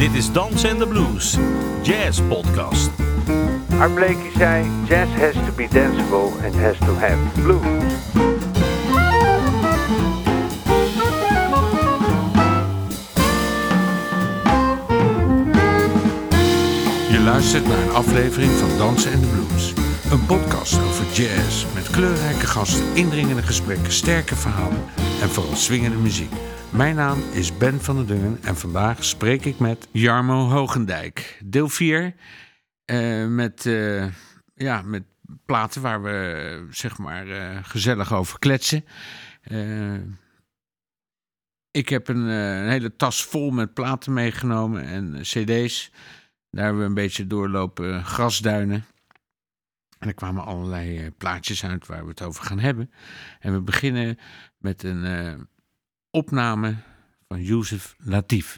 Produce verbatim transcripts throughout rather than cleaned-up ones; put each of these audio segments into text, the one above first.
Dit is Dans and the Blues, Jazz Podcast. Art Blakey zei, jazz has to be danceable and has to have blues. Je luistert naar een aflevering van Dans and the Blues. Een podcast over jazz met kleurrijke gasten, indringende gesprekken, sterke verhalen en vooral swingende muziek. Mijn naam is Ben van der Dungen en vandaag spreek ik met Jarmo Hoogendijk. Deel vier uh, met, uh, ja, met platen waar we zeg maar uh, gezellig over kletsen. Uh, ik heb een, uh, een hele tas vol met platen meegenomen en cd's. Daar hebben we een beetje doorlopen grasduinen. En er kwamen allerlei uh, plaatjes uit waar we het over gaan hebben. En we beginnen met een uh, opname van Yusef Lateef.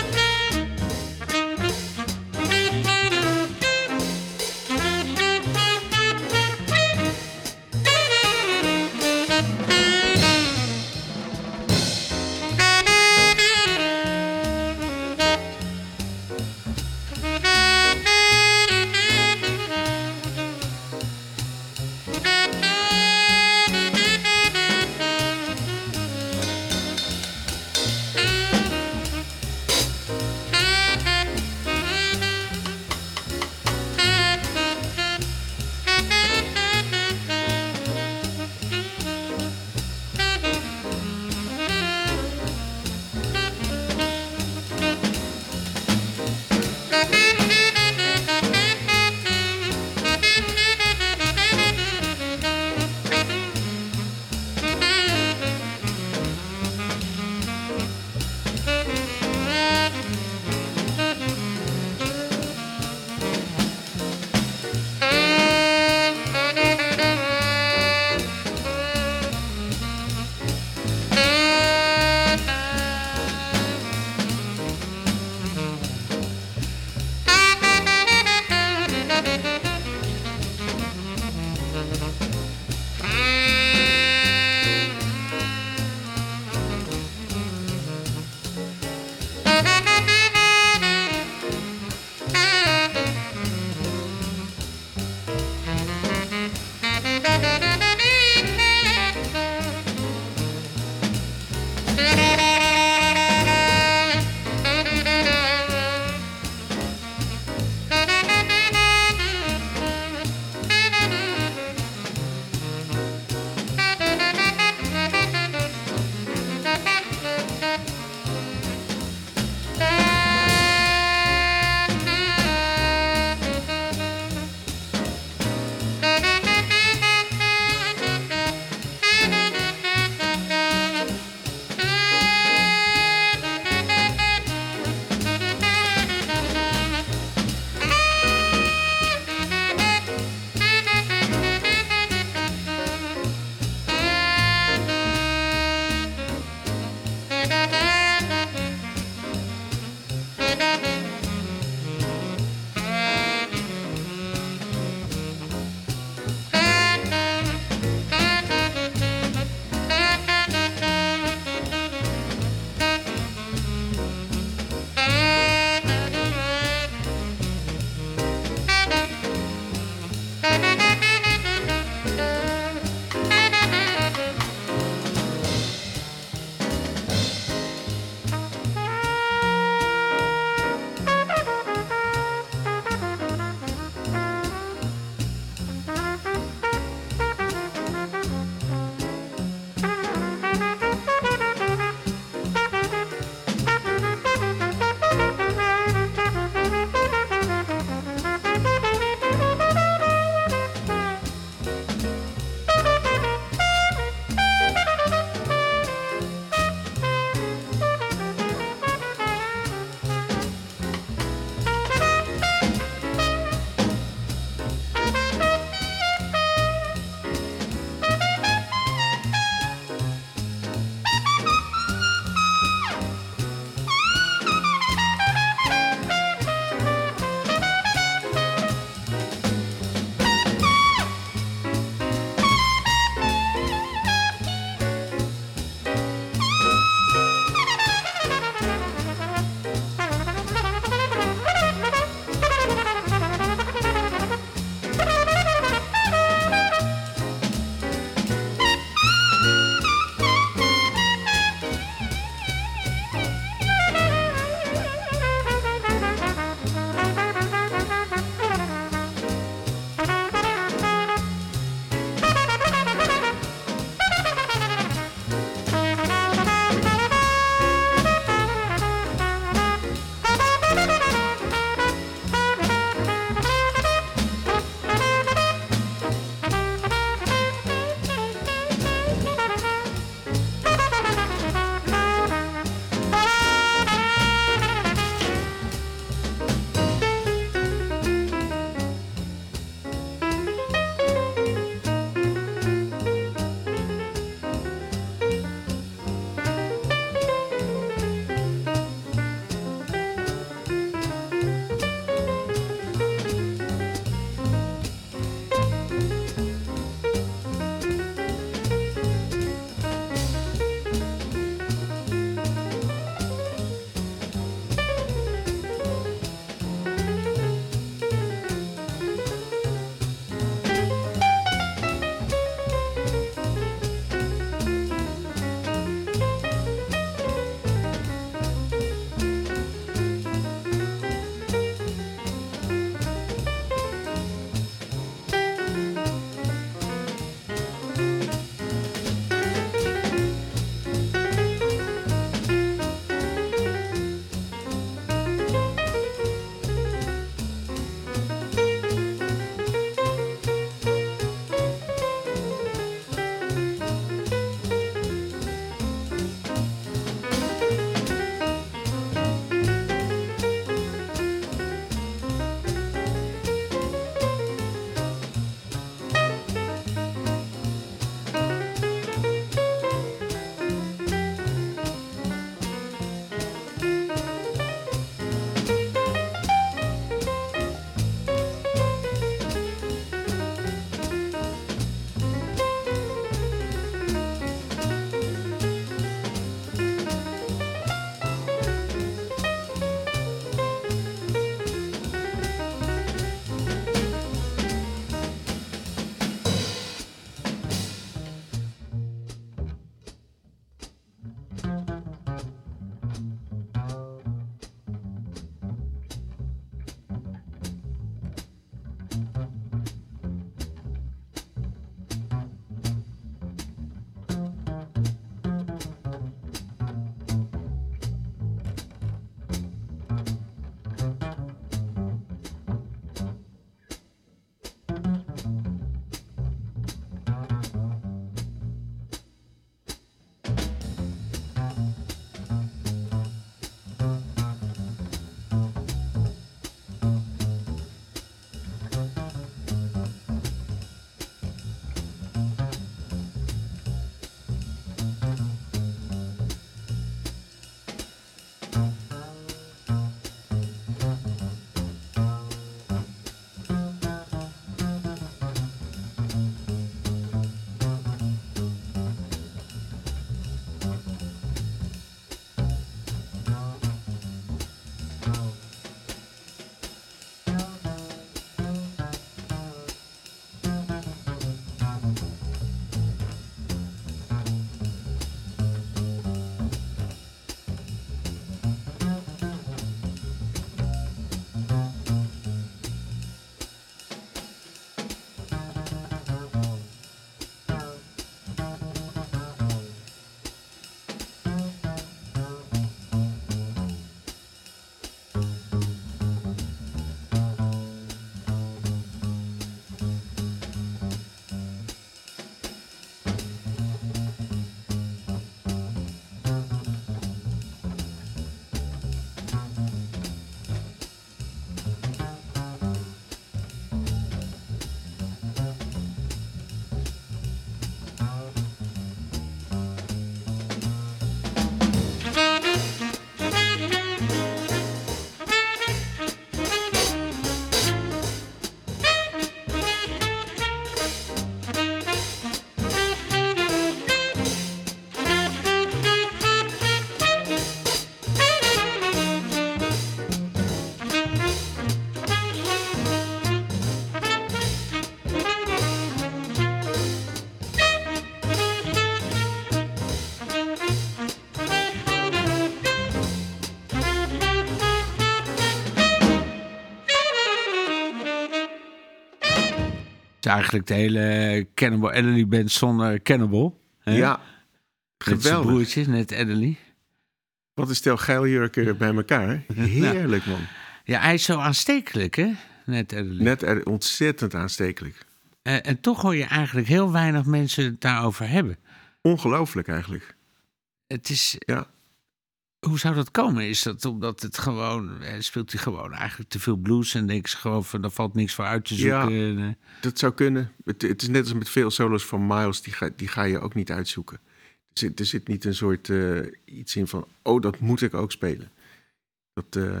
eigenlijk de hele Cannibal Adderley band zonder Cannibal. Hè? Ja, Met zijn geweldig. broertje, net Adderley. Wat een stel geiljurken bij elkaar. Heerlijk, man. Ja, hij is zo aanstekelijk, hè? Net Adderley. Net er- ontzettend aanstekelijk. Uh, en toch hoor je eigenlijk heel weinig mensen het daarover hebben. Ongelooflijk eigenlijk. Het is... Ja. Hoe zou dat komen? Is dat omdat het gewoon... eh, speelt hij gewoon eigenlijk te veel blues... en denken ze gewoon van... daar valt niks voor uit te zoeken. Ja. En, eh, Dat zou kunnen. Het, het is net als met veel solos van Miles, die ga, die ga je ook niet uitzoeken. Er zit, er zit niet een soort uh, iets in van, oh, dat moet ik ook spelen. Dat, uh,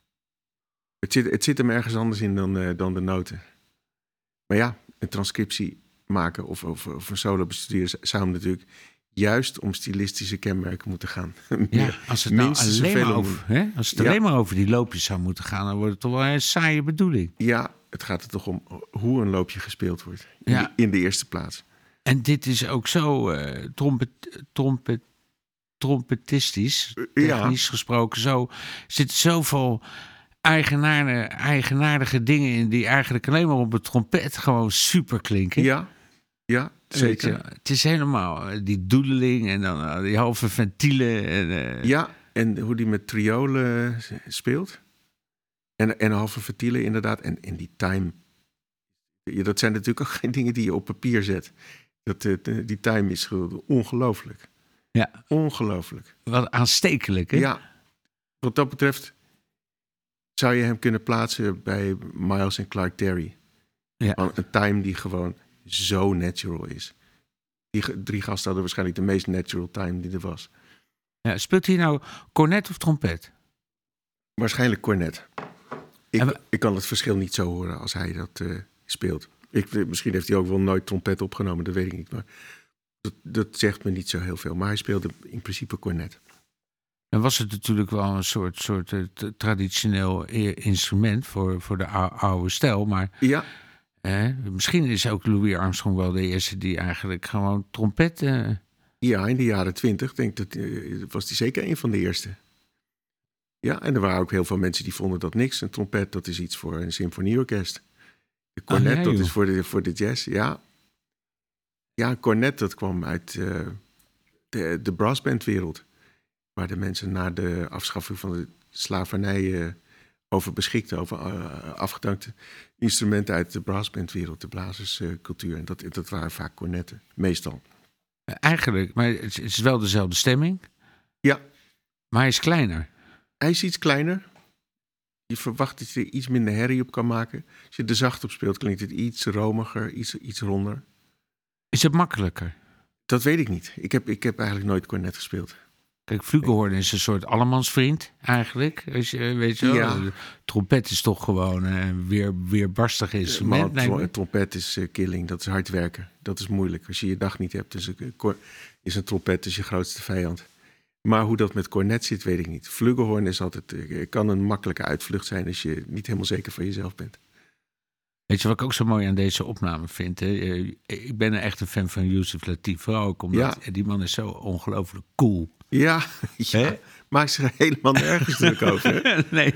het, zit, het zit hem ergens anders in dan, uh, dan de noten. Maar ja, een transcriptie maken of, of, of een solo bestuderen zou hem natuurlijk juist om stilistische kenmerken moeten gaan. ja, als het nou minstens alleen maar, zoveel over, hè? Als het Ja. alleen maar over die loopjes zou moeten gaan... dan wordt het toch wel een saaie bedoeling. Ja, het gaat er toch om hoe een loopje gespeeld wordt. In, Ja. de, in de eerste plaats. En dit is ook zo uh, trompet, trompet, trompetistisch, Ja. technisch gesproken. Zo er zitten zoveel eigenaardige, eigenaardige dingen in... die eigenlijk alleen maar op het trompet gewoon super klinken. Ja, ja, Weet zeker. je, het is helemaal uh, die doedeling en dan uh, die halve ventielen. En, uh, Ja, en hoe die met triolen speelt. En, en halve ventielen inderdaad. En, en die time. Ja, dat zijn natuurlijk ook geen dingen die je op papier zet. Dat, uh, die time is gewoon ongelooflijk. Ja. Ongelooflijk. Wat aanstekelijk, hè? Ja, wat dat betreft zou je hem kunnen plaatsen bij Miles en Clark Terry. Ja. Van een time die gewoon zo natural is. Die ge- drie gasten hadden waarschijnlijk de meest natural time die er was. Ja, speelt hij nou cornet of trompet? Waarschijnlijk cornet. Ik, En we- ik kan het verschil niet zo horen als hij dat uh, speelt. Ik, misschien heeft hij ook wel nooit trompet opgenomen, dat weet ik niet. Maar dat, dat zegt me niet zo heel veel. Maar hij speelde in principe cornet. Dan was het natuurlijk wel een soort, soort uh, t- traditioneel i- instrument voor, voor de ou- oude stijl. Maar Ja, eh, misschien is ook Louis Armstrong wel de eerste die eigenlijk gewoon trompet... Uh, ja, in de jaren twintig denk dat, uh, was hij zeker een van de eerste. Ja, en er waren ook heel veel mensen die vonden dat niks. Een trompet, dat is iets voor een symfonieorkest. De cornet, Ah, ja, dat joh. is voor de, voor de jazz, ja. Ja, een cornet, dat kwam uit uh, de, de brassbandwereld. Waar de mensen na de afschaffing van de slavernij uh, over beschikten. Over uh, afgedankte instrumenten uit de brassbandwereld, de blazerscultuur. En dat, dat waren vaak cornetten, meestal. eigenlijk, maar het is- het is wel dezelfde stemming. Ja, Maar hij is kleiner. hij is iets kleiner. Je verwacht dat je er iets minder herrie op kan maken. Als je er zacht op speelt, klinkt het iets romiger, iets, iets ronder. Is het makkelijker? Dat weet ik niet. Ik heb, ik heb eigenlijk nooit cornet gespeeld. Kijk, flugelhorn is een soort allemansvriend eigenlijk. Als je, weet je wel. Ja. De trompet is toch gewoon een weer, weerbarstig instrument. Maar lijkt me. tro- trompet is uh, killing, dat is hard werken. Dat is moeilijk. Als je je dag niet hebt, is een, cor- is een trompet dus je grootste vijand. Maar hoe dat met cornet zit, weet ik niet. Flugelhorn is altijd, uh, kan een makkelijke uitvlucht zijn als je niet helemaal zeker van jezelf bent. Weet je wat ik ook zo mooi aan deze opname vind? Hè? Eh, Ik ben echt een fan van Yusuf Lateef. Vooral ook omdat die man is zo ongelooflijk cool. Ja, ja. Hè? Maak zich er helemaal nergens druk over. Hè? Nee.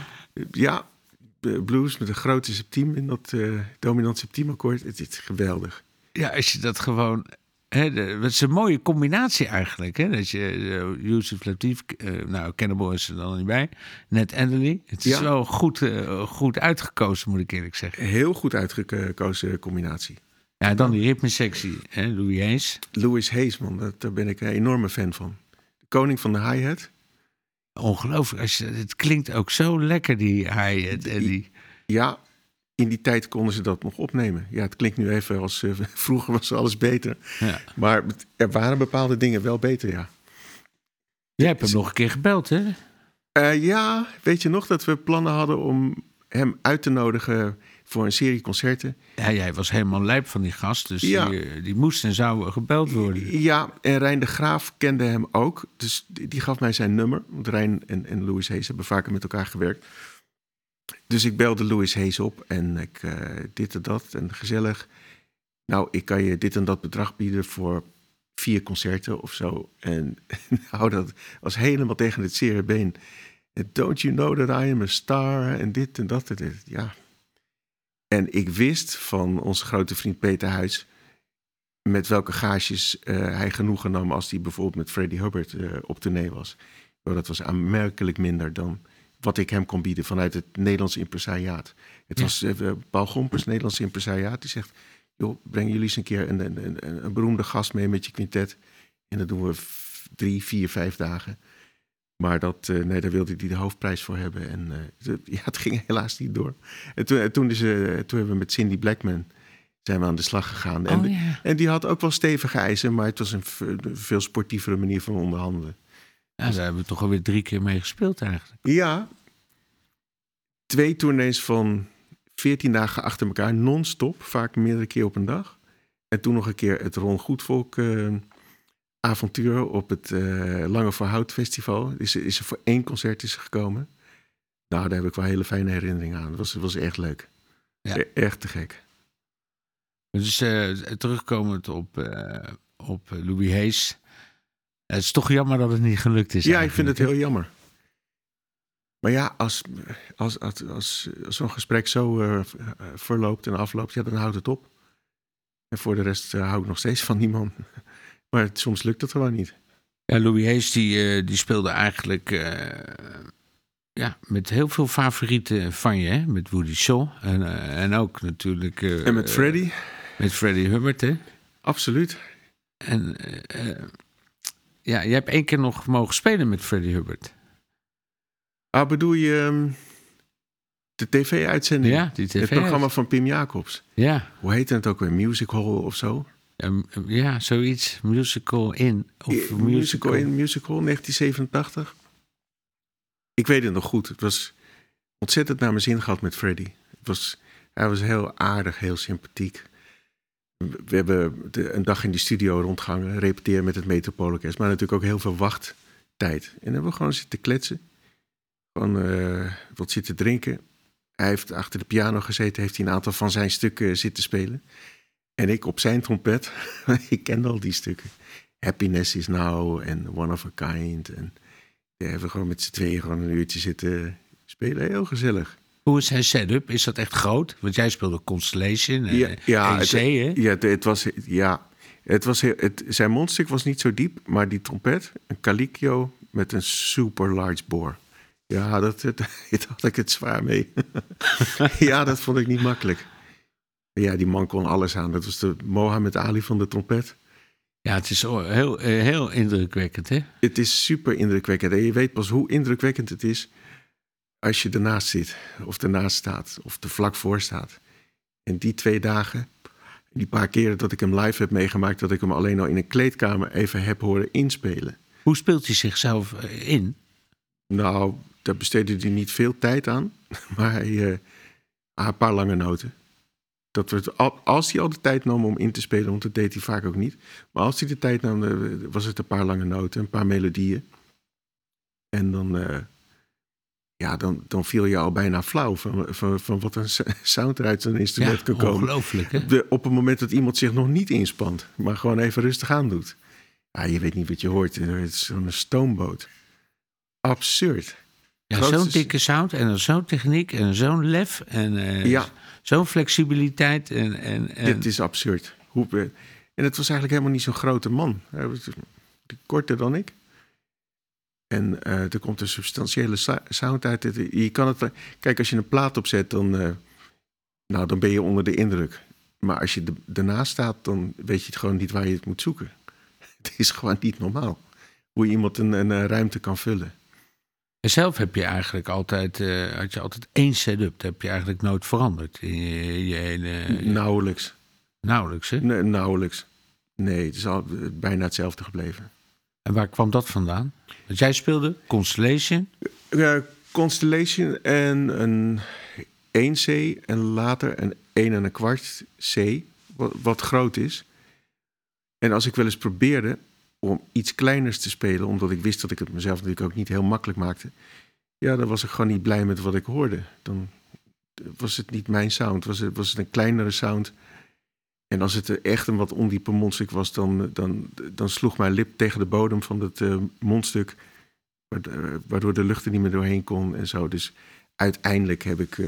Ja, b- blues met een grote septiem in dat uh, dominant septiemakkoord. Het is geweldig. Ja, als je dat gewoon... Hè, de, het is een mooie combinatie eigenlijk. Hè? Dat je uh, Yusuf Lateef... Uh, nou, Cannibal is er dan niet bij. Net Adderley. Het is Ja. wel goed, uh, goed uitgekozen, moet ik eerlijk zeggen. Heel goed uitgekozen combinatie. Ja, dan die ritmesectie. Hè? Louis Hayes. Louis Hayes, man, dat, daar ben ik een enorme fan van. De koning van de hi-hat. Ongelooflijk. Als je, het klinkt ook zo lekker, die hi-hat en die... Ja, in die tijd konden ze dat nog opnemen. Ja, het klinkt nu even als... Uh, vroeger was alles beter. Ja. Maar er waren bepaalde dingen wel beter, ja. Jij hebt hem nog een keer gebeld, hè? Uh, ja, weet je nog dat we plannen hadden om hem uit te nodigen voor een serie concerten? Ja, jij was helemaal lijp van die gast, dus Ja. die, die moest en zou gebeld worden. Ja, en Rijn de Graaf kende hem ook. Dus die, die gaf mij zijn nummer. Want Rijn en, en Louis Hayes hebben vaker met elkaar gewerkt. Dus ik belde Louis Hayes op en ik uh, dit en dat en gezellig. Nou, ik kan je dit en dat bedrag bieden voor vier concerten of zo. En nou, dat was helemaal tegen het zere been. And don't you know that I am a star? En dit en dat en dit. Ja. En ik wist van onze grote vriend Peter Huis met welke gages uh, hij genoegen nam als hij bijvoorbeeld met Freddie Hubbard uh, op tournee was. Oh, dat was aanmerkelijk minder dan wat ik hem kon bieden vanuit het Nederlands impresariaat. Het ja. was uh, Paul Gompers, Nederlands impresariaat, die zegt, joh, breng jullie eens een keer een, een, een, een beroemde gast mee met je quintet. En dat doen we f- drie, vier, vijf dagen. Maar dat, uh, nee, daar wilde hij de hoofdprijs voor hebben. En uh, het, ja, het ging helaas niet door. En toen, en toen, is, uh, toen hebben we met Cindy Blackman zijn we aan de slag gegaan. En, oh, ja. en die had ook wel stevige eisen, maar het was een v- veel sportievere manier van onderhandelen. Ja, daar hebben we toch alweer drie keer mee gespeeld eigenlijk. Ja, twee tournees van veertien dagen achter elkaar, non-stop, vaak meerdere keer op een dag. En toen nog een keer het Ron Goedvolk uh, avontuur op het uh, Lange Voorhout Festival. Is, is er voor één concert is gekomen. Nou, daar heb ik wel hele fijne herinneringen aan. Het was, was echt leuk. Ja. E- echt te gek. Dus uh, terugkomend op, uh, op Louis Hayes. Het is toch jammer dat het niet gelukt is. Ja, ik vind het heel jammer. Maar ja, als, als, als, als, als zo'n gesprek zo uh, verloopt en afloopt, ja, dan houdt het op. En voor de rest uh, hou ik nog steeds van die man. Maar het, soms lukt het gewoon niet. Ja, Louis Hayes die, uh, die speelde eigenlijk uh, ja, met heel veel favorieten van je. Hè? Met Woody Shaw en, uh, en ook natuurlijk... Uh, en met Freddie. Uh, met Freddie Hubbard, hè? Absoluut. En uh, ja, je hebt één keer nog mogen spelen met Freddie Hubbard. Ah, bedoel je um, de tv-uitzending? Ja, die tv-uitzending. Het programma van Pim Jacobs. Ja. Hoe heet het ook weer? Music Hall of zo? Ja, ja zoiets. Musical in. Of musical, musical in, Musical negentien zevenentachtig. Ik weet het nog goed. Het was ontzettend naar mijn zin gehad met Freddie. Het was, hij was heel aardig, heel sympathiek. We hebben de, een dag in die studio rondgehangen, repeteren met het Metropoolorkest, maar natuurlijk ook heel veel wachttijd. En dan hebben we gewoon zitten kletsen. Gewoon uh, wat zitten drinken. Hij heeft achter de piano gezeten, heeft hij een aantal van zijn stukken zitten spelen. En ik op zijn trompet. Ik kende al die stukken. Happiness is Now en One of a Kind. En ja, hebben we gewoon met z'n tweeën gewoon een uurtje zitten spelen. Heel gezellig. Hoe is zijn setup? Is dat echt groot? Want jij speelde Constellation en ja, ja, E C, het, hè? Ja, het, het was... Ja, het was heel, het, zijn mondstuk was niet zo diep, maar die trompet, een Calicchio met een super large bore. Ja, dat, dat, dat had ik het zwaar mee. Ja, dat vond ik niet makkelijk. Ja, die man kon alles aan. Dat was de Mohammed Ali van de trompet. Ja, het is heel, heel indrukwekkend, hè? Het is super indrukwekkend. En je weet pas hoe indrukwekkend het is als je ernaast zit. Of ernaast staat. Of er vlak voor staat. En die twee dagen, die paar keren dat ik hem live heb meegemaakt, dat ik hem alleen al in een kleedkamer even heb horen inspelen. Hoe speelt hij zichzelf in? Nou, daar besteedde hij niet veel tijd aan. Maar hij, uh, een paar lange noten. Dat werd, als hij al de tijd nam om in te spelen, want dat deed hij vaak ook niet. Maar als hij de tijd nam, was het een paar lange noten, een paar melodieën. En dan, uh, ja, dan, dan viel je al bijna flauw van, van, van wat een sound er uit zo'n instrument ja, kan komen. Ongelooflijk, hè? De, op het moment dat iemand zich nog niet inspant, maar gewoon even rustig aan doet. Ja, je weet niet wat je hoort. Het is zo'n stoomboot. Absurd. Ja, Grootste... zo'n dikke sound en zo'n techniek en zo'n lef en uh, ja. zo'n flexibiliteit. En, en, en... Dit is absurd. Hoe, en het was eigenlijk helemaal niet zo'n grote man. Hij was korter dan ik. En uh, er komt een substantiële sound uit. Je kan het, kijk, als je een plaat opzet, dan, uh, nou, dan ben je onder de indruk. Maar als je ernaast staat, dan weet je het gewoon niet waar je het moet zoeken. Het is gewoon niet normaal. Hoe iemand een, een ruimte kan vullen. En zelf heb je eigenlijk altijd, uh, had je altijd één setup. Dat heb je eigenlijk nooit veranderd. In je, je hele, nauwelijks. Nauwelijks, hè? Nee, nauwelijks. Nee, het is al bijna hetzelfde gebleven. En waar kwam dat vandaan? Want jij speelde Constellation? Uh, Constellation en een één C en later een één en een kwart C, wat, wat groot is. En als ik wel eens probeerde om iets kleiners te spelen, omdat ik wist dat ik het mezelf natuurlijk ook niet heel makkelijk maakte, ja, dan was ik gewoon niet blij met wat ik hoorde. Dan was het niet mijn sound, was het, was het een kleinere sound. En als het echt een wat ondiepe mondstuk was, dan, dan, dan sloeg mijn lip tegen de bodem van het uh, mondstuk, waardoor de lucht er niet meer doorheen kon en zo. Dus uiteindelijk heb ik uh,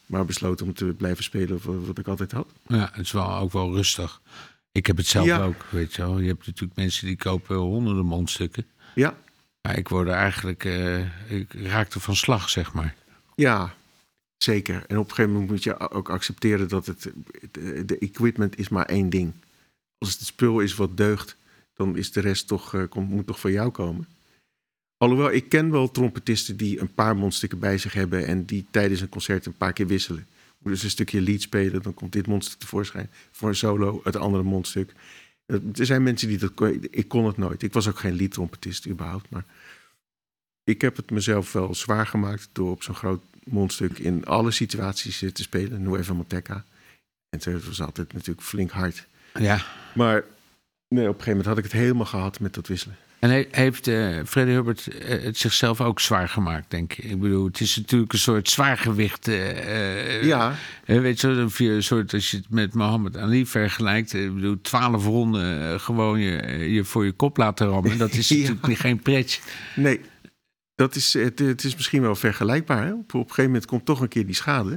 maar besloten om te blijven spelen wat, wat ik altijd had. Ja, het is wel ook wel rustig. Ik heb het zelf Ja. ook, weet je wel. Je hebt natuurlijk mensen die kopen honderden mondstukken. Ja, Maar ik word er eigenlijk... Uh, ik raakte van slag, zeg maar. ja, zeker. En op een gegeven moment moet je ook accepteren dat het... De equipment is maar één ding. Als het spul is wat deugt, dan is de rest toch, uh, komt, moet toch van jou komen. Alhoewel, ik ken wel trompetisten die een paar mondstukken bij zich hebben en die tijdens een concert een paar keer wisselen. Moet dus een stukje lied spelen, dan komt dit mondstuk tevoorschijn. Voor een solo, het andere mondstuk. Er zijn mensen die dat... Ik kon het nooit. Ik was ook geen liedtrompetist überhaupt, maar ik heb het mezelf wel zwaar gemaakt door op zo'n groot mondstuk in alle situaties te spelen. Nueva Manteca. En het was altijd natuurlijk flink hard. Ja. Maar nee, op een gegeven moment had ik het helemaal gehad met dat wisselen. En he, heeft uh, Freddie Hubbard uh, het zichzelf ook zwaar gemaakt, denk ik? Ik bedoel, het is natuurlijk een soort zwaargewicht. Uh, ja. Uh, weet je, een soort, als je het met Muhammad Ali vergelijkt. Ik bedoel, twaalf ronden uh, gewoon je, je voor je kop laten rammen. Dat is ja. natuurlijk geen pretje. Nee, dat is, het, het is misschien wel vergelijkbaar. Hè? Op, op een gegeven moment komt toch een keer die schade.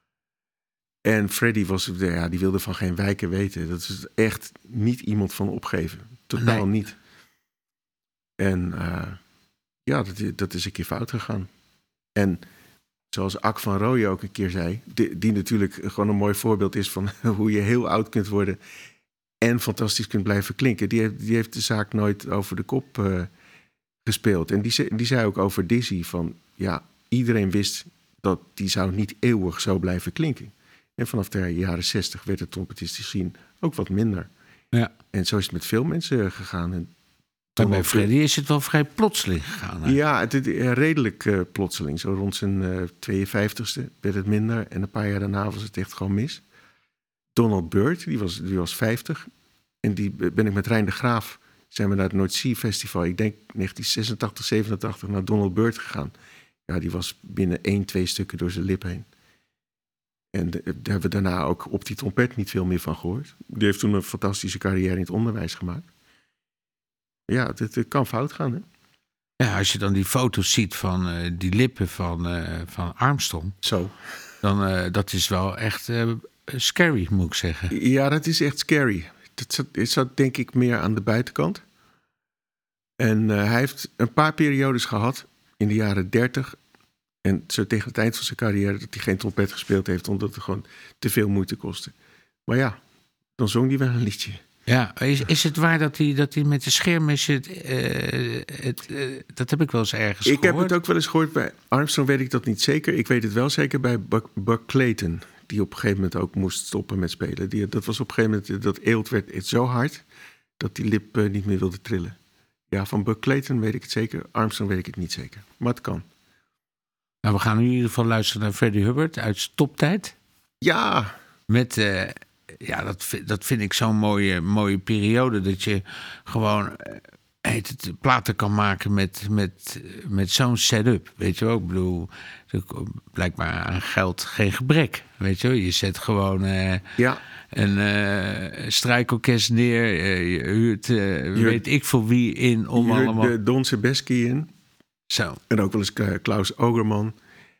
En Freddie was, ja, die wilde van geen wijken weten. Dat is echt niet iemand van opgeven. Totaal nee. niet. En uh, ja, dat, dat is een keer fout gegaan. En zoals Ak van Rooyen ook een keer zei, die, die natuurlijk gewoon een mooi voorbeeld is van hoe je heel oud kunt worden en fantastisch kunt blijven klinken. Die heeft, die heeft de zaak nooit over de kop uh, gespeeld. En die, die zei ook over Dizzy van, ja, iedereen wist dat die zou niet eeuwig zo blijven klinken. En vanaf de jaren zestig werd het trompetistisch zien ook wat minder. Ja. En zo is het met veel mensen gegaan. En maar bij Freddie is het wel vrij plotseling gegaan. Hè? Ja, het, het, redelijk uh, plotseling. Zo rond zijn uh, tweeënvijftigste werd het minder. En een paar jaar daarna was het echt gewoon mis. Donald Byrd, die was, die was vijftig. En die ben ik met Rijn de Graaf, zijn we naar het Noordzee Festival, ik denk negentien zesentachtig, zevenentachtig, naar Donald Byrd gegaan. Ja, die was binnen één, twee stukken door zijn lip heen. En de, daar hebben we daarna ook op die trompet niet veel meer van gehoord. Die heeft toen een fantastische carrière in het onderwijs gemaakt. Ja, het, het kan fout gaan, hè? Ja, als je dan die foto's ziet van uh, die lippen van, uh, van Armstrong. Zo. Dan uh, dat is wel echt uh, scary, moet ik zeggen. Ja, dat is echt scary. Het zat, het zat denk ik meer aan de buitenkant. En uh, hij heeft een paar periodes gehad in de jaren dertig. En zo tegen het eind van zijn carrière dat hij geen trompet gespeeld heeft, omdat het gewoon te veel moeite kostte. Maar ja, dan zong hij wel een liedje. Ja, is, is het waar dat hij, dat hij met de schermes het, uh, het uh, dat heb ik wel eens ergens ik gehoord. Ik heb het ook wel eens gehoord. Bij Armstrong weet ik dat niet zeker. Ik weet het wel zeker bij Buck, Buck Clayton, die op een gegeven moment ook moest stoppen met spelen. Die, dat was op een gegeven moment, dat eelt werd zo hard dat die lip uh, niet meer wilde trillen. Ja, van Buck Clayton weet ik het zeker. Armstrong weet ik het niet zeker. Maar het kan. Nou, we gaan nu in ieder geval luisteren naar Freddie Hubbard uit Stoptijd. Ja. Met... Uh, Ja, dat, dat vind ik zo'n mooie, mooie periode. Dat je gewoon heet het, platen kan maken met, met, met zo'n setup. Weet je wel, ik bedoel, blijkbaar aan geld geen gebrek. Weet je wel, je zet gewoon uh, ja. een uh, strijkorkest neer. Uh, je huurt, uh, je weet ik voor wie in. Om je allemaal... huurt Don Sebeski in. Zo. En ook wel eens Klaus Ogerman.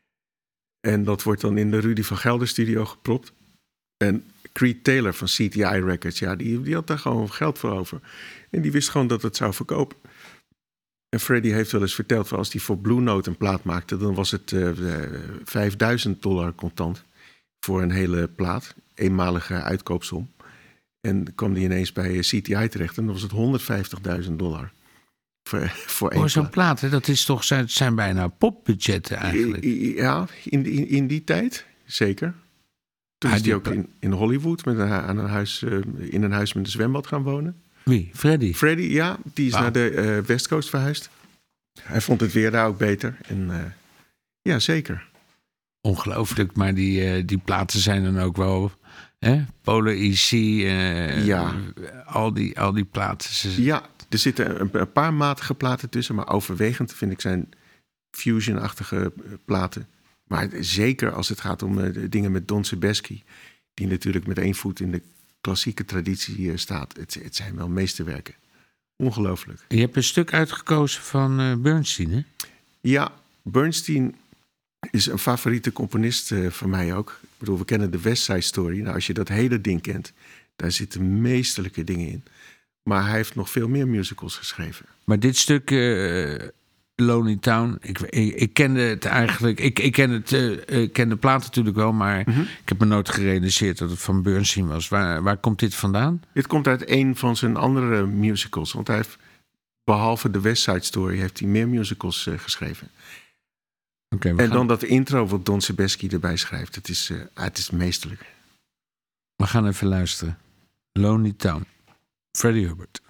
En dat wordt dan in de Rudy van Gelder studio gepropt. En Creed Taylor van C T I Records, ja, die, die had daar gewoon geld voor over. En die wist gewoon dat het zou verkopen. En Freddie heeft wel eens verteld, van als hij voor Blue Note een plaat maakte, dan was het uh, vijfduizend dollar contant voor een hele plaat. Eenmalige uitkoopsom. En kwam die ineens bij C T I terecht en dan was het honderdvijftigduizend dollar. Voor, voor, voor zo'n plaat, hè? Dat is toch, zijn, zijn bijna popbudgetten eigenlijk. Ja, in, in, in die tijd, zeker. Toen ah, is hij ook in, in Hollywood met een, aan een huis, uh, in een huis met een zwembad gaan wonen. Wie? Freddie? Freddie, ja. Die is wow. naar de uh, West Coast verhuisd. Hij vond het weer daar ook beter. En uh, ja, zeker. Ongelooflijk, maar die, uh, die platen zijn dan ook wel... Hè? Polar E C, uh, ja. al, die, al die platen. Ze... Ja, er zitten een, een paar matige platen tussen. Maar overwegend vind ik zijn fusion-achtige platen. Maar zeker als het gaat om uh, dingen met Don Sebeski, die natuurlijk met één voet in de klassieke traditie uh, staat. Het, het zijn wel meesterwerken. Ongelooflijk. Je hebt een stuk uitgekozen van uh, Bernstein, hè? Ja, Bernstein is een favoriete componist uh, van mij ook. Ik bedoel, we kennen de West Side Story. Nou, als je dat hele ding kent, daar zitten meesterlijke dingen in. Maar hij heeft nog veel meer musicals geschreven. Maar dit stuk, uh, Lonely Town, ik, ik, ik kende het eigenlijk... Ik, ik, ken het, uh, ik ken de plaat natuurlijk wel, maar mm-hmm. ik heb me nooit gerealiseerd dat het van Bernstein was. Waar, waar komt dit vandaan? Dit komt uit een van zijn andere musicals. Want hij heeft, behalve de West Side Story, heeft hij meer musicals uh, geschreven. Okay, en gaan... dan dat intro wat Don Sebesky erbij schrijft. Het is, uh, het is meesterlijk. We gaan even luisteren. Lonely Town. Freddie Hubbard.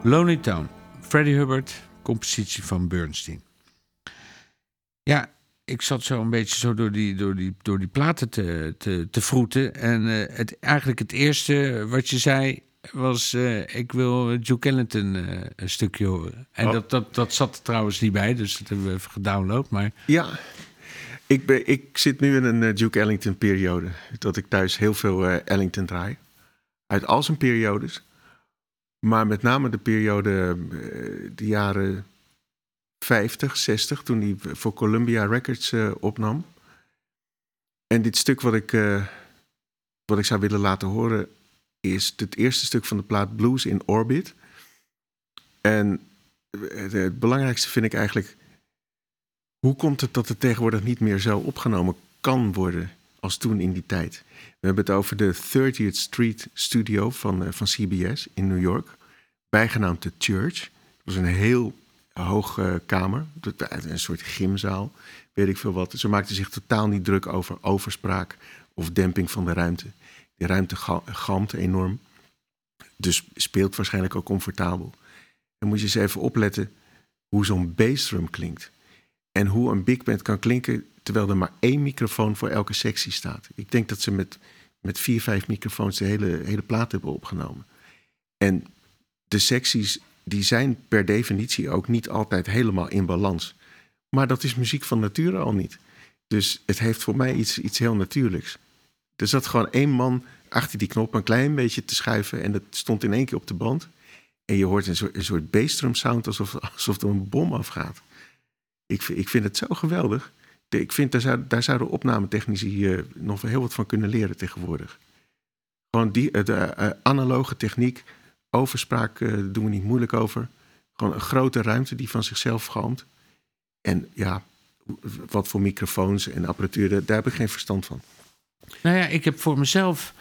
Lonely Town, Freddie Hubbard, compositie van Bernstein. Ja, ik zat zo een beetje zo door die, door die, door die platen te, te, te vroeten. En uh, het, eigenlijk het eerste wat je zei was... Uh, ik wil Duke Ellington uh, een stukje horen. En oh. dat, dat, dat zat er trouwens niet bij, dus dat hebben we even gedownload. Maar... Ja, ik, ben, ik zit nu in een uh, Duke Ellington periode. Dat ik thuis heel veel uh, Ellington draai. Uit al zijn periodes. Maar met name de periode, uh, de jaren vijftig, zestig... toen hij voor Columbia Records uh, opnam. En dit stuk wat ik, uh, wat ik zou willen laten horen... is het eerste stuk van de plaat Blues in Orbit. En het, het belangrijkste vind ik eigenlijk... hoe komt het dat het tegenwoordig niet meer zo opgenomen kan worden... als toen in die tijd? We hebben het over de thirtieth Street Studio van, uh, van C B S in New York. Bijgenaamd The Church. Het was een heel hoge uh, kamer. Een soort gymzaal, weet ik veel wat. Ze maakten zich totaal niet druk over overspraak... of demping van de ruimte. De ruimte galmt enorm. Dus speelt waarschijnlijk ook comfortabel. Dan moet je eens even opletten hoe zo'n bassdrum klinkt. En hoe een big band kan klinken terwijl er maar één microfoon voor elke sectie staat. Ik denk dat ze met, met vier, vijf microfoons de hele, hele plaat hebben opgenomen. En de secties die zijn per definitie ook niet altijd helemaal in balans. Maar dat is muziek van nature al niet. Dus het heeft voor mij iets, iets heel natuurlijks. Er zat gewoon één man achter die knop een klein beetje te schuiven... en dat stond in één keer op de band. En je hoort een soort, een soort bassdrum sound alsof, alsof er een bom afgaat. Ik, ik vind het zo geweldig. Ik vind, daar, zou, daar zouden opnametechnici uh, nog wel heel wat van kunnen leren tegenwoordig. Gewoon die de, uh, analoge techniek, overspraak uh, doen we niet moeilijk over. Gewoon een grote ruimte die van zichzelf galmt. En ja, wat voor microfoons en apparatuur, daar heb ik geen verstand van. Nou ja, ik heb voor mezelf...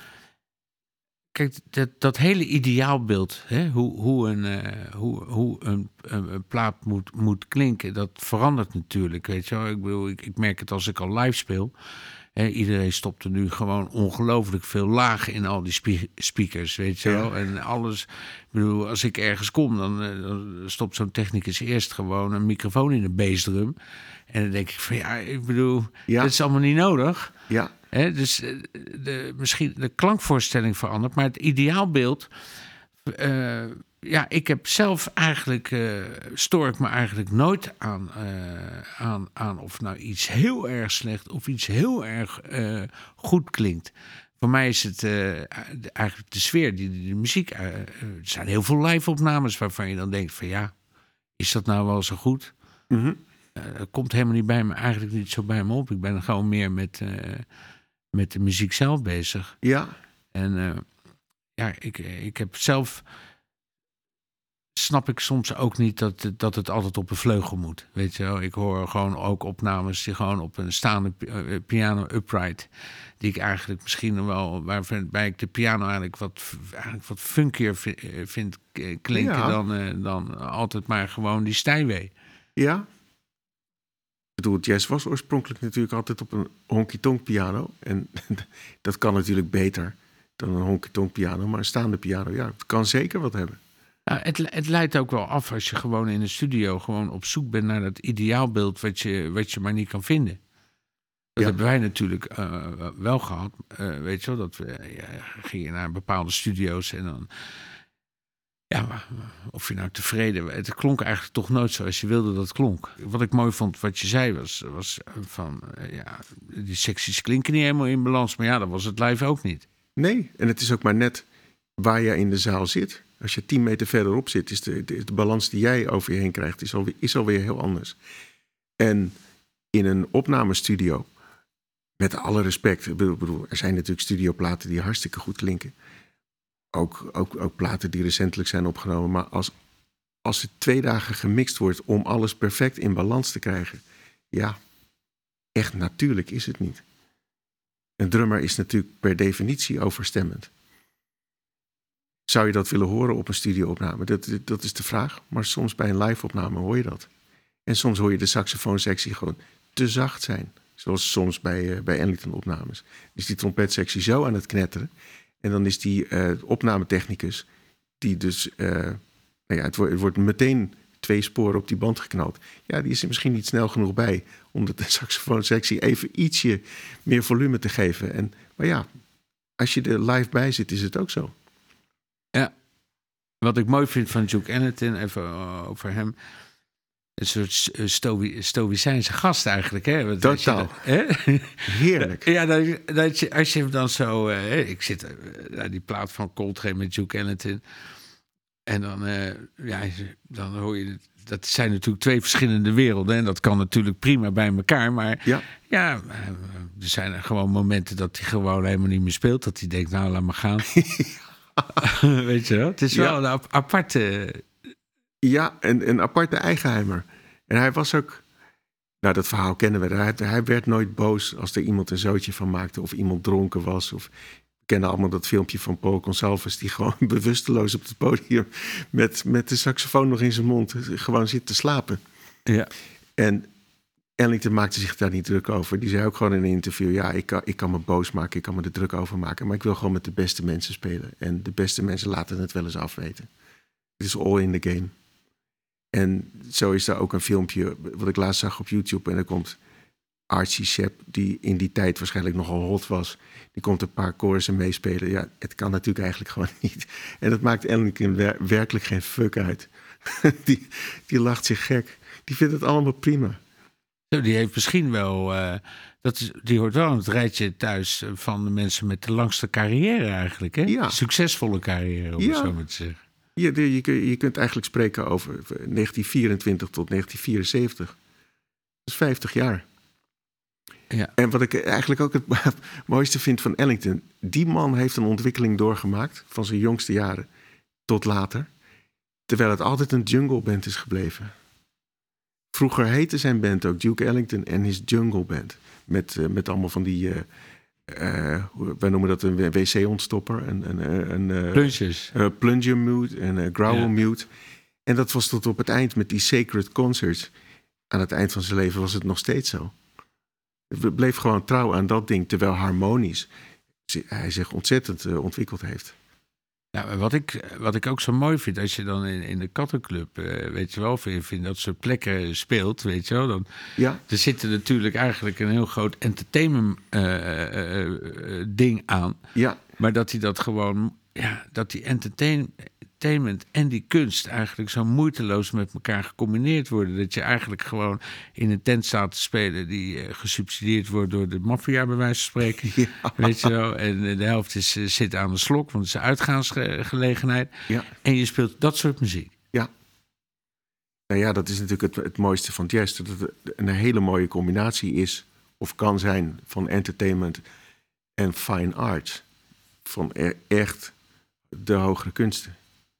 Kijk, dat, dat hele ideaalbeeld, hè, hoe, hoe, een, uh, hoe, hoe een, een, een plaat moet, moet klinken, dat verandert natuurlijk, weet je wel. Ik bedoel, ik, ik merk het als ik al live speel. Hè, iedereen stopt er nu gewoon ongelooflijk veel lagen in al die spe- speakers, weet je wel. Ja. En alles, ik bedoel, als ik ergens kom, dan, uh, dan stopt zo'n technicus eerst gewoon een microfoon in een bassdrum. En dan denk ik van, ja, ik bedoel, ja. dat is allemaal niet nodig. Ja. He, dus de, misschien de klankvoorstelling verandert, maar het ideaalbeeld... Uh, ja, ik heb zelf eigenlijk... Uh, stoor ik me eigenlijk nooit aan, uh, aan, aan of nou iets heel erg slecht... of iets heel erg uh, goed klinkt. Voor mij is het uh, eigenlijk de sfeer, die, die de muziek... Uh, er zijn heel veel live-opnames waarvan je dan denkt van... ja, is dat nou wel zo goed? Mm-hmm. Uh, dat komt helemaal niet bij me, eigenlijk niet zo bij me op. Ik ben er gewoon meer met... Uh, met de muziek zelf bezig. Ja. En uh, ja, ik, ik heb zelf... snap ik soms ook niet dat, dat het altijd op een vleugel moet. Weet je wel, ik hoor gewoon ook opnames... die gewoon op een staande piano upright... die ik eigenlijk misschien wel... waarbij ik de piano eigenlijk wat, eigenlijk wat funkier vind klinken... Ja. Dan, uh, dan altijd maar gewoon die Steinway. Ja. Ik bedoel, jazz was oorspronkelijk natuurlijk altijd op een honky-tonk piano. En dat kan natuurlijk beter dan een honky-tonk piano. Maar een staande piano, ja, het kan zeker wat hebben. Ja, het, het leidt ook wel af als je gewoon in de studio... gewoon op zoek bent naar dat ideaalbeeld wat je, wat je maar niet kan vinden. Dat ja. hebben wij natuurlijk uh, wel gehad. Uh, weet je wel, dat we uh, ja, gingen naar bepaalde studio's en dan... Ja, maar of je nou tevreden... Het klonk eigenlijk toch nooit zoals je wilde dat het klonk. Wat ik mooi vond, wat je zei, was, was van... Ja, die secties klinken niet helemaal in balans. Maar ja, dat was het live ook niet. Nee, en het is ook maar net waar je in de zaal zit. Als je tien meter verderop zit, is de, de, de balans die jij over je heen krijgt... is alweer, is alweer heel anders. En in een opnamestudio, met alle respect... Ik bedoel, er zijn natuurlijk studioplaten die hartstikke goed klinken... Ook, ook, ook platen die recentelijk zijn opgenomen. Maar als, als het twee dagen gemixt wordt om alles perfect in balans te krijgen... ja, echt natuurlijk is het niet. Een drummer is natuurlijk per definitie overstemmend. Zou je dat willen horen op een studioopname? Dat, dat is de vraag. Maar soms bij een live-opname hoor je dat. En soms hoor je de saxofoonsectie gewoon te zacht zijn. Zoals soms bij, uh, bij Ellington-opnames. Is die trompetsectie zo aan het knetteren... En dan is die uh, opnametechnicus, die dus uh, Nou ja, het, wordt, het wordt meteen twee sporen op die band geknald. Ja, die is er misschien niet snel genoeg bij om de saxofoonsectie even ietsje meer volume te geven. En, maar ja, als je er live bij zit, is het ook zo. Ja, wat ik mooi vind van Duke Ellington, even over hem, een soort stoï- stoïcijnse gast eigenlijk. Hè? Totaal. Hè? Heerlijk. Ja, dat, dat je, als je hem dan zo... Uh, ik zit naar uh, die plaat van Coltrane met Duke Ellington. En dan, uh, ja, dan hoor je... Dat zijn natuurlijk twee verschillende werelden. En dat kan natuurlijk prima bij elkaar. Maar ja, ja er zijn er gewoon momenten dat hij gewoon helemaal niet meer speelt. Dat hij denkt, nou, laat maar gaan. Weet je wel? Het is wel ja. een aparte... Ja, een, een aparte eigenheimer. En hij was ook... Nou, dat verhaal kennen we. Hij, hij werd nooit boos als er iemand een zootje van maakte... of iemand dronken was. Of, we kennen allemaal dat filmpje van Paul Gonsalves... die gewoon bewusteloos op het podium... met, met de saxofoon nog in zijn mond... gewoon zit te slapen. Ja. En Ellington maakte zich daar niet druk over. Die zei ook gewoon in een interview... ja, ik kan, ik kan me boos maken, ik kan me er druk over maken... maar ik wil gewoon met de beste mensen spelen. En de beste mensen laten het wel eens afweten. Het is all in the game. En zo is daar ook een filmpje, wat ik laatst zag op YouTube. En er komt Archie Shepp, die in die tijd waarschijnlijk nogal hot was. Die komt een paar chorussen meespelen. Ja, het kan natuurlijk eigenlijk gewoon niet. En dat maakt Ellington wer- werkelijk geen fuck uit. die, die lacht zich gek. Die vindt het allemaal prima. Zo, die heeft misschien wel... Uh, dat is, die hoort wel in het rijtje thuis van de mensen met de langste carrière eigenlijk. Hè? Ja. Succesvolle carrière, om ja. het zo maar te zeggen. Je, je, je kunt eigenlijk spreken over negentien vierentwintig tot negentien vierenzeventig. Dat is vijftig jaar. Ja. En wat ik eigenlijk ook het mooiste vind van Ellington... die man heeft een ontwikkeling doorgemaakt... van zijn jongste jaren tot later... terwijl het altijd een jungle band is gebleven. Vroeger heette zijn band ook Duke Ellington en his Jungle Band. Met, uh, met allemaal van die... Uh, Uh, wij noemen dat een wc-ontstopper. Een, een, een, een Plungers. Uh, plunger mute en uh, growl ja. mute. En dat was tot op het eind met die Sacred Concerts. Aan het eind van zijn leven was het nog steeds zo. Het bleef gewoon trouw aan dat ding, terwijl harmonisch hij zich ontzettend uh, ontwikkeld heeft. Nou, wat ik, wat ik ook zo mooi vind, als je dan in, in de Kattenclub, uh, weet je wel, of in, in dat soort plekken speelt, weet je wel, dan ja. er zit er natuurlijk eigenlijk een heel groot entertainment uh, uh, uh, ding aan. Ja. Maar dat hij dat gewoon, ja, dat die entertain, entertainment en die kunst eigenlijk zo moeiteloos met elkaar gecombineerd worden. Dat je eigenlijk gewoon in een tent staat te spelen die uh, gesubsidieerd wordt door de maffia, bij wijze van spreken. Ja. Weet je wel? En de helft is, uh, zit aan de slok, want het is een uitgaansgelegenheid. Ja. En je speelt dat soort muziek. Ja. Nou ja, dat is natuurlijk het, het mooiste van jazz. Dat het een hele mooie combinatie is, of kan zijn, van entertainment en fine arts. Van e- echt de hogere kunsten.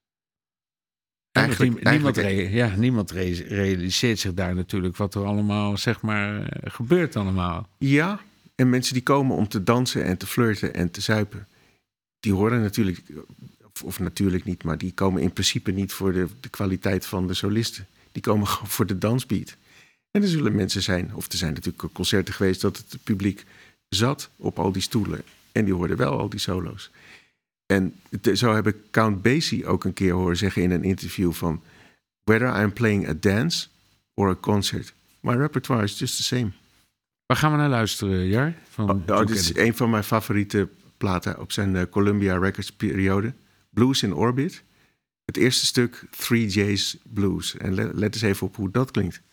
Eigenlijk, niemand, eigenlijk, niemand, re- ja, niemand re- realiseert zich daar natuurlijk wat er allemaal, zeg maar, gebeurt allemaal. Ja, en mensen die komen om te dansen en te flirten en te zuipen, die horen natuurlijk, of, of natuurlijk niet, maar die komen in principe niet voor de, de kwaliteit van de solisten. Die komen gewoon voor de dansbeat. En er zullen mensen zijn, of er zijn natuurlijk concerten geweest dat het publiek zat op al die stoelen. En die hoorden wel al die solo's. En zo heb ik Count Basie ook een keer horen zeggen in een interview van... Whether I'm playing a dance or a concert, my repertoire is just the same. Waar gaan we naar luisteren, Jar? Van oh, oh, dit is een van mijn favoriete platen op zijn uh, Columbia Records periode. Blues in Orbit. Het eerste stuk, Three J's Blues. En let, let eens even op hoe dat klinkt.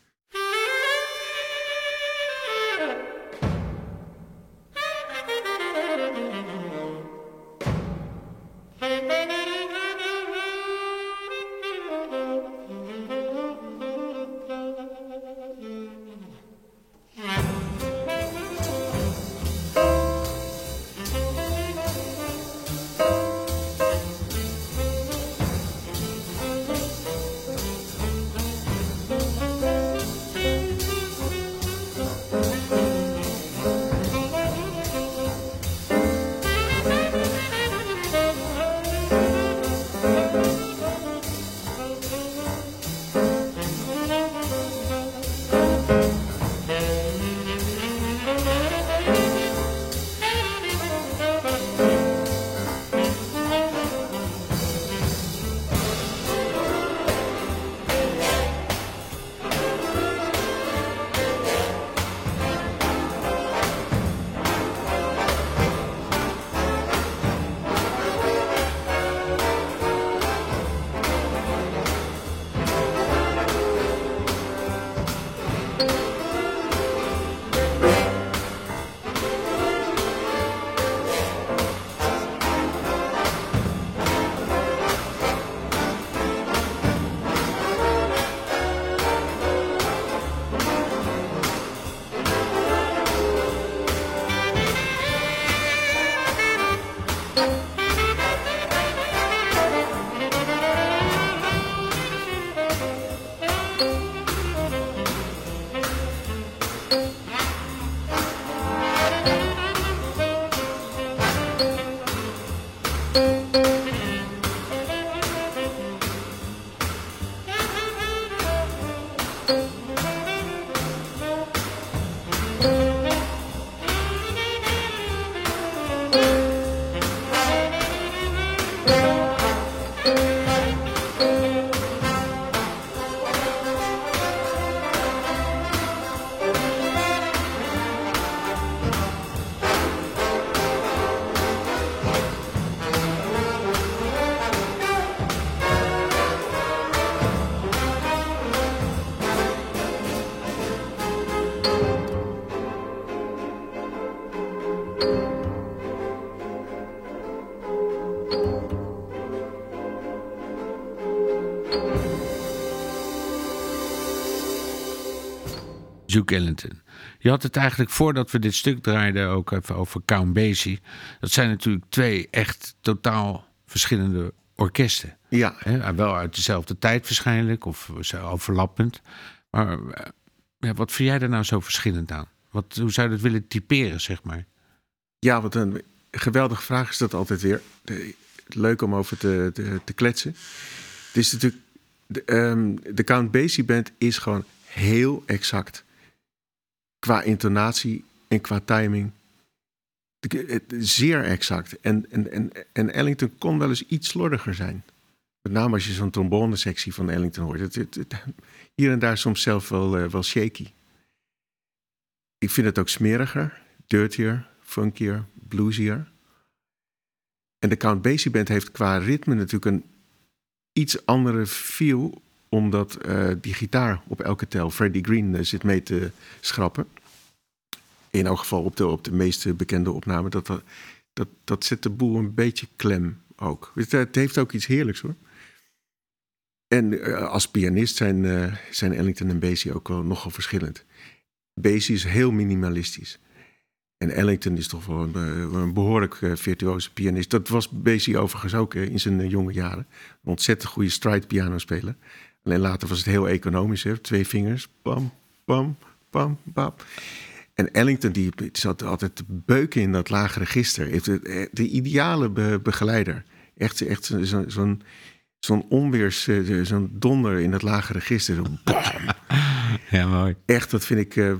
Duke Ellington. Je had het eigenlijk voordat we dit stuk draaiden ook even over Count Basie. Dat zijn natuurlijk twee echt totaal verschillende orkesten. Ja. He, wel uit dezelfde tijd waarschijnlijk, of overlappend. Maar ja, wat vind jij er nou zo verschillend aan? Wat, hoe zou je dat willen typeren, zeg maar? Ja, wat een geweldige vraag is dat altijd weer. De, leuk om over te, te, te kletsen. Het is natuurlijk... De, um, de Count Basie Band is gewoon heel exact. Qua intonatie en qua timing. De, de, zeer exact. En, en, en, en Ellington kon wel eens iets slordiger zijn. Met name als je zo'n trombone-sectie van Ellington hoort. Het, het, het, hier en daar soms zelf wel, uh, wel shaky. Ik vind het ook smeriger, dirtier, funkier, bluesier. En de Count Basie Band heeft qua ritme natuurlijk een iets andere feel, omdat uh, die gitaar op elke tel, Freddie Green, uh, zit mee te schrappen. In elk geval op de, op de meest bekende opname. Dat, dat, dat zet de boel een beetje klem ook. Het, het heeft ook iets heerlijks hoor. En uh, als pianist zijn, uh, zijn Ellington en Basie ook wel nogal verschillend. Basie is heel minimalistisch. En Ellington is toch wel een, een behoorlijk uh, virtuoze pianist. Dat was Basie overigens ook uh, in zijn uh, jonge jaren. Een ontzettend goede stride piano speler. Alleen later was het heel economisch. Hè? Twee vingers. Pam, pam, pam, pam. En Ellington die zat altijd te beuken in dat lage register. Heeft de, de ideale be, begeleider. Echt, echt zo, zo, zo'n, zo'n onweers, zo'n donder in dat lage register. Zo, ja, mooi. Echt, dat vind ik... Uh,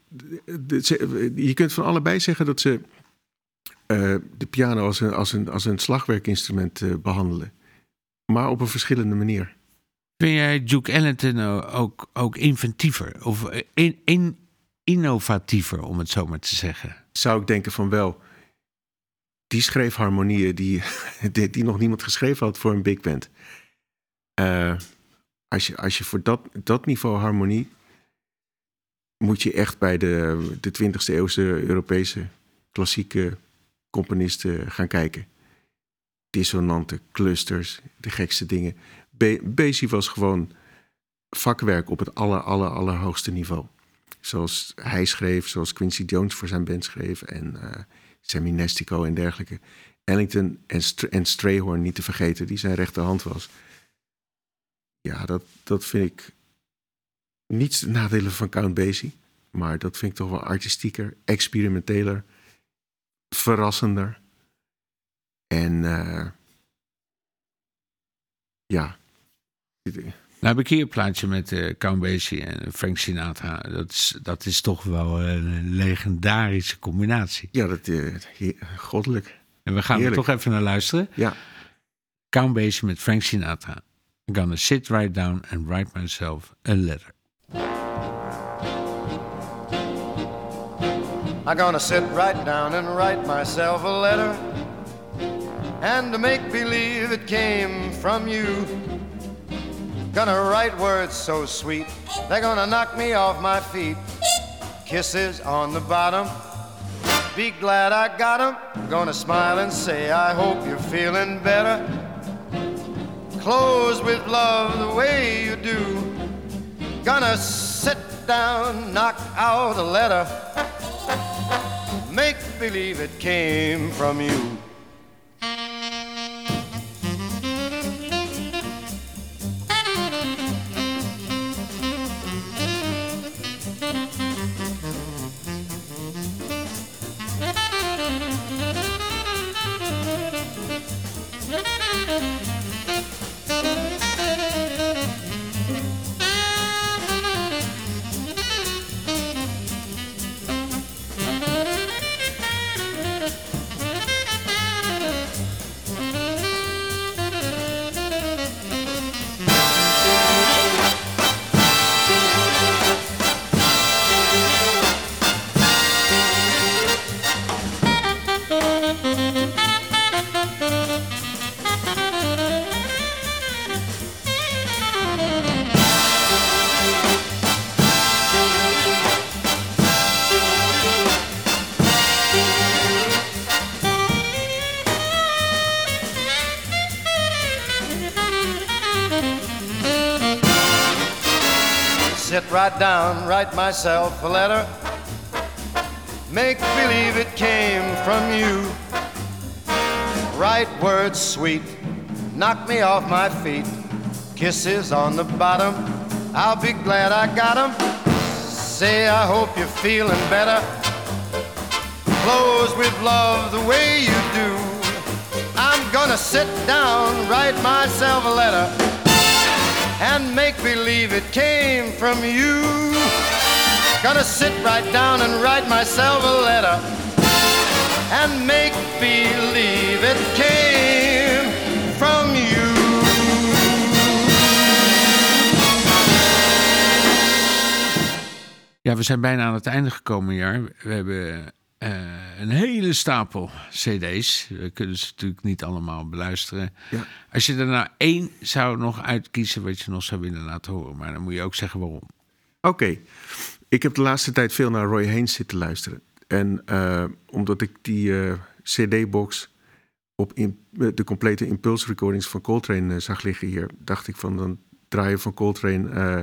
je kunt van allebei zeggen dat ze uh, de piano als een, als een, als een slagwerkinstrument uh, behandelen. Maar op een verschillende manier. Vind jij Duke Ellington ook, ook inventiever? Of in, in, innovatiever, om het zo maar te zeggen? Zou ik denken van wel. Die schreef harmonieën die, die, die nog niemand geschreven had voor een big band. Uh, als, je, als je voor dat, dat niveau harmonie... moet je echt bij de, de twintigste eeuwse Europese klassieke componisten gaan kijken. Dissonante clusters, de gekste dingen. Be- Basie was gewoon vakwerk op het aller, aller, allerhoogste niveau. Zoals hij schreef, zoals Quincy Jones voor zijn band schreef... en uh, Sammy Nestico en dergelijke. Ellington en, St- en Strayhorn niet te vergeten, die zijn rechterhand was. Ja, dat, dat vind ik... Niets de nadelen van Count Basie, maar dat vind ik toch wel artistieker, experimenteler, verrassender. En uh, ja. Nou heb ik hier een plaatje met uh, Count Basie en Frank Sinatra. Dat is, dat is toch wel een legendarische combinatie. Ja, dat is uh, goddelijk. En we gaan Heerlijk. er toch even naar luisteren. Ja. Count Basie met Frank Sinatra. I'm gonna sit right down and write myself a letter. I'm gonna sit right down and write myself a letter, and to make believe it came from you. Gonna write words so sweet, they're gonna knock me off my feet. Kisses on the bottom, be glad I got them. Gonna smile and say I hope you're feeling better. Close with love the way you do. Gonna sit down, knock out a letter, make believe it came from you. sit right down, write myself a letter, make believe it came from you. Write words sweet, knock me off my feet, kisses on the bottom, I'll be glad I got 'em. Say I hope you're feeling better, close with love the way you do. I'm gonna sit down, write myself a letter, and make believe it came from you. Gonna sit right down and write myself a letter, and make believe it came from you. Ja, we zijn bijna aan het einde gekomen, jaar. We hebben uh, een hele stapel cd's. We kunnen ze natuurlijk niet allemaal beluisteren. Ja. Als je er nou één zou nog uitkiezen wat je nog zou willen laten horen, maar dan moet je ook zeggen waarom. Oké, okay. Ik heb de laatste tijd veel naar Roy Haynes zitten luisteren. En uh, omdat ik die uh, cd-box op in, de complete Impulse recordings van Coltrane uh, zag liggen hier, dacht ik van dan draaien van Coltrane uh,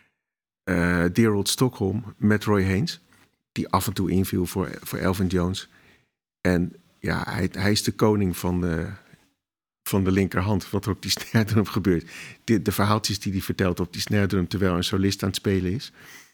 uh, Dear Old Stockholm met Roy Haynes, die af en toe inviel voor, voor Elvin Jones. En ja, hij, hij is de koning van de, van de linkerhand, wat er op die snare drum gebeurt. De, de verhaaltjes die hij vertelt op die snare drum terwijl een solist aan het spelen is.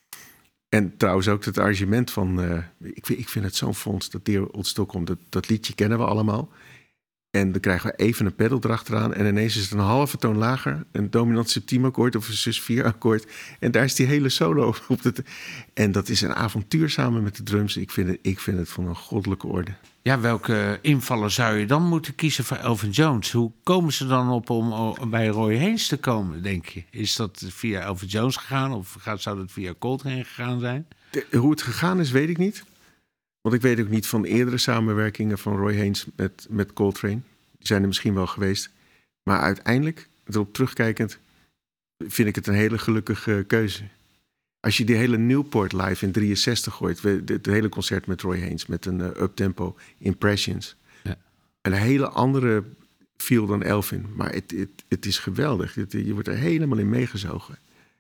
En trouwens ook het arrangement van... Uh, ik, ik vind het zo'n fonds, dat Dear Old Stockholm, dat, dat liedje kennen we allemaal. En dan krijgen we even een pedal erachteraan en ineens is het een halve toon lager, een dominant septiem akkoord of een sus vier akkoord. En daar is die hele solo op. De, en dat is een avontuur samen met de drums. Ik vind het, ik vind het van een goddelijke orde. Ja, welke invallen zou je dan moeten kiezen voor Elvin Jones? Hoe komen ze dan op om bij Roy Haynes te komen, denk je? Is dat via Elvin Jones gegaan of zou dat via Coltrane gegaan zijn? De, hoe het gegaan is, weet ik niet. Want ik weet ook niet van eerdere samenwerkingen van Roy Haynes met, met Coltrane. Die zijn er misschien wel geweest. Maar uiteindelijk, erop terugkijkend, vind ik het een hele gelukkige keuze. Als je die hele Newport live in drieënzestig gooit, het hele concert met Roy Haynes met een uh, uptempo Impressions. Ja. Een hele andere feel dan Elvin. Maar het, het, het is geweldig. Het, je wordt er helemaal in meegezogen.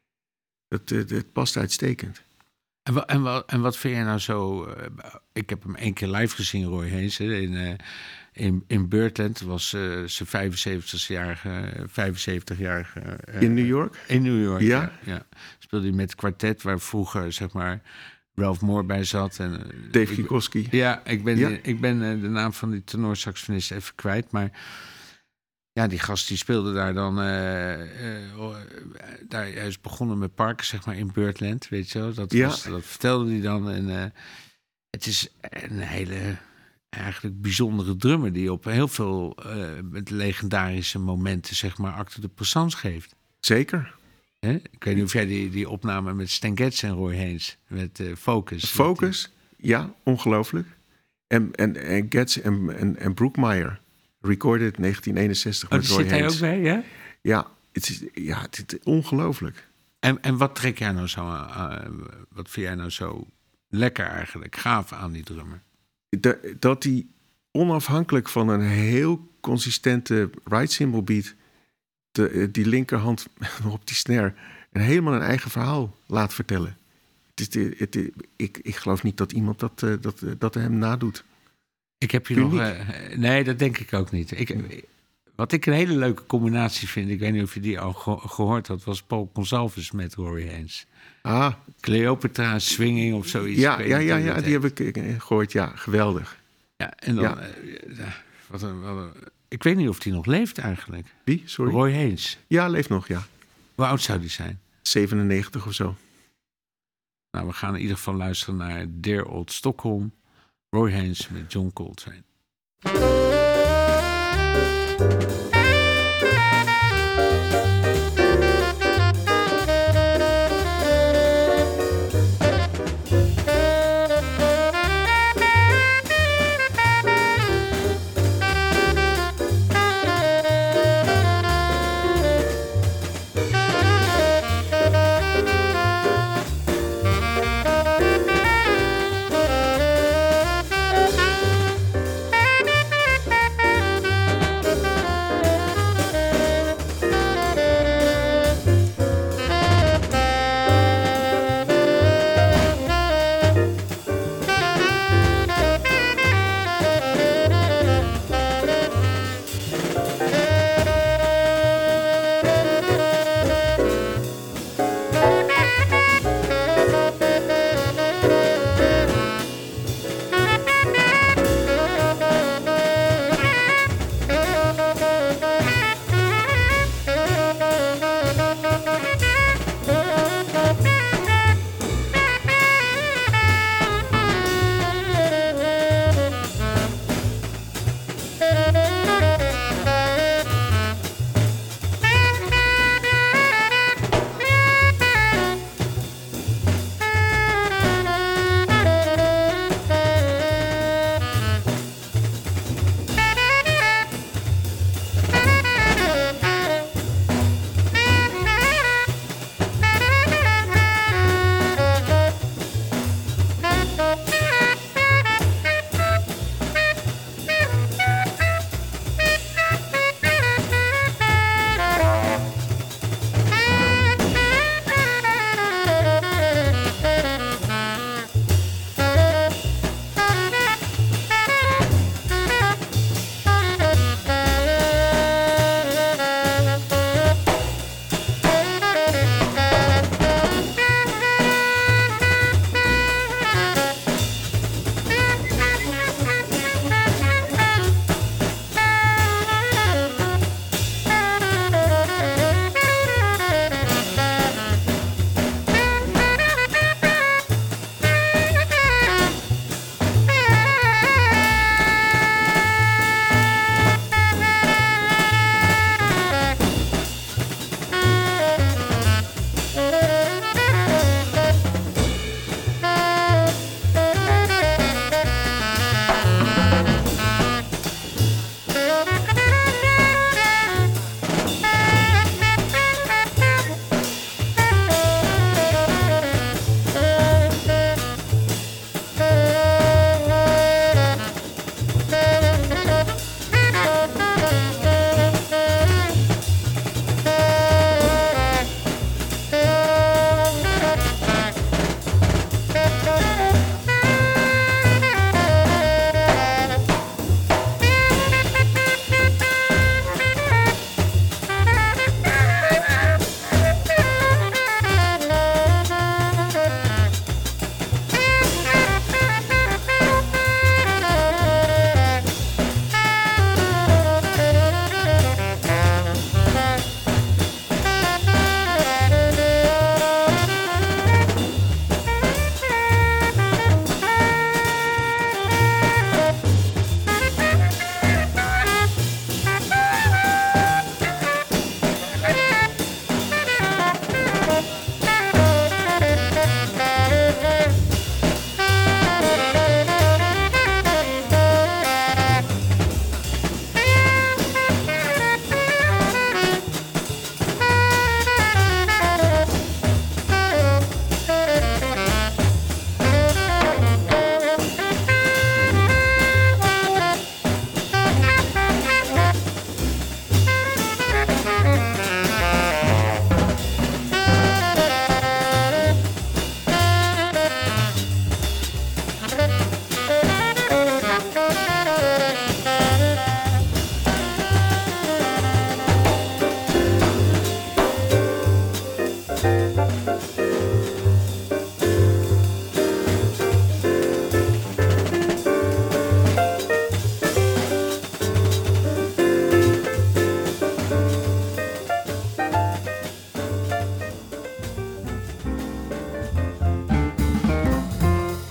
Het, het, het past uitstekend. En wat, en, wat, en wat vind jij nou zo... Uh, ik heb hem één keer live gezien, Roy Haynes, hè, in, uh, in, in Birdland. Dat was uh, zijn vijfenzeventigjarige... vijfenzeventigjarige uh, in New York? In New York, ja. ja, ja. Speelde hij met het kwartet, waar vroeger, zeg maar, Ralph Moore bij zat. En, uh, Dave Kikoski. Ja, ik ben, ja. De, ik ben uh, de naam van die tenorsaxofonist even kwijt, maar... Ja, die gast die speelde daar dan... Uh, uh, daar, hij is begonnen met Parker, zeg maar, in Birdland, weet je wel. Dat, ja. was, dat vertelde hij dan. En uh, het is een hele, eigenlijk bijzondere drummer... die op heel veel uh, met legendarische momenten, zeg maar, acte de présence geeft. Zeker. Hè? Ik weet niet of jij die, die opname met Stan Getz en Roy Haynes, met uh, Focus... Focus, die... ja, ongelooflijk. En, en, en Getz en, en, en Brookmeyer... Recorded negentien eenenzestig oh, met Roy zit Haynes. hij ook bij, ja? Ja, het is, ja, het is ongelooflijk. En, en wat trek jij nou zo aan? Uh, wat vind jij nou zo lekker eigenlijk, gaaf aan die drummer? De, dat hij onafhankelijk van een heel consistente right cymbal beat... De, die linkerhand op die snare... en helemaal een eigen verhaal laat vertellen. Het is, het, het, ik, ik geloof niet dat iemand dat, dat, dat hem nadoet. Ik heb je nog... Uh, nee, dat denk ik ook niet. Ik, wat ik een hele leuke combinatie vind... ik weet niet of je die al ge- gehoord had... was Paul Gonsalves met Roy Haynes. Ah. Cleopatra Swinging of zoiets. Ja, ja, ja, ja die heb ik gehoord. Ja, geweldig. Ja, en dan... Ja. Uh, wat een, wat een, ik weet niet of die nog leeft eigenlijk. Wie? Sorry? Roy Haynes. Ja, leeft nog, ja. Hoe oud zou die zijn? zevenennegentig of zo. Nou, we gaan in ieder geval luisteren naar Dear Old Stockholm... Roy Haynes met John Coltrane.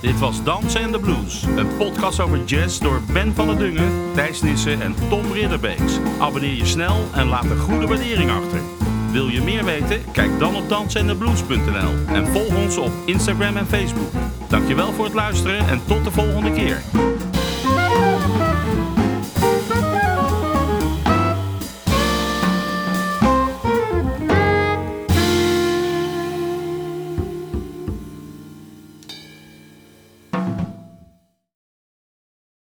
Dit was Dansen en de Blues, een podcast over jazz door Ben van der Dungen, Thijs Nissen en Tom Ridderbeeks. Abonneer je snel en laat een goede waardering achter. Wil je meer weten? Kijk dan op dansen en de blues punt n l en volg ons op Instagram en Facebook. Dankjewel voor het luisteren en tot de volgende keer.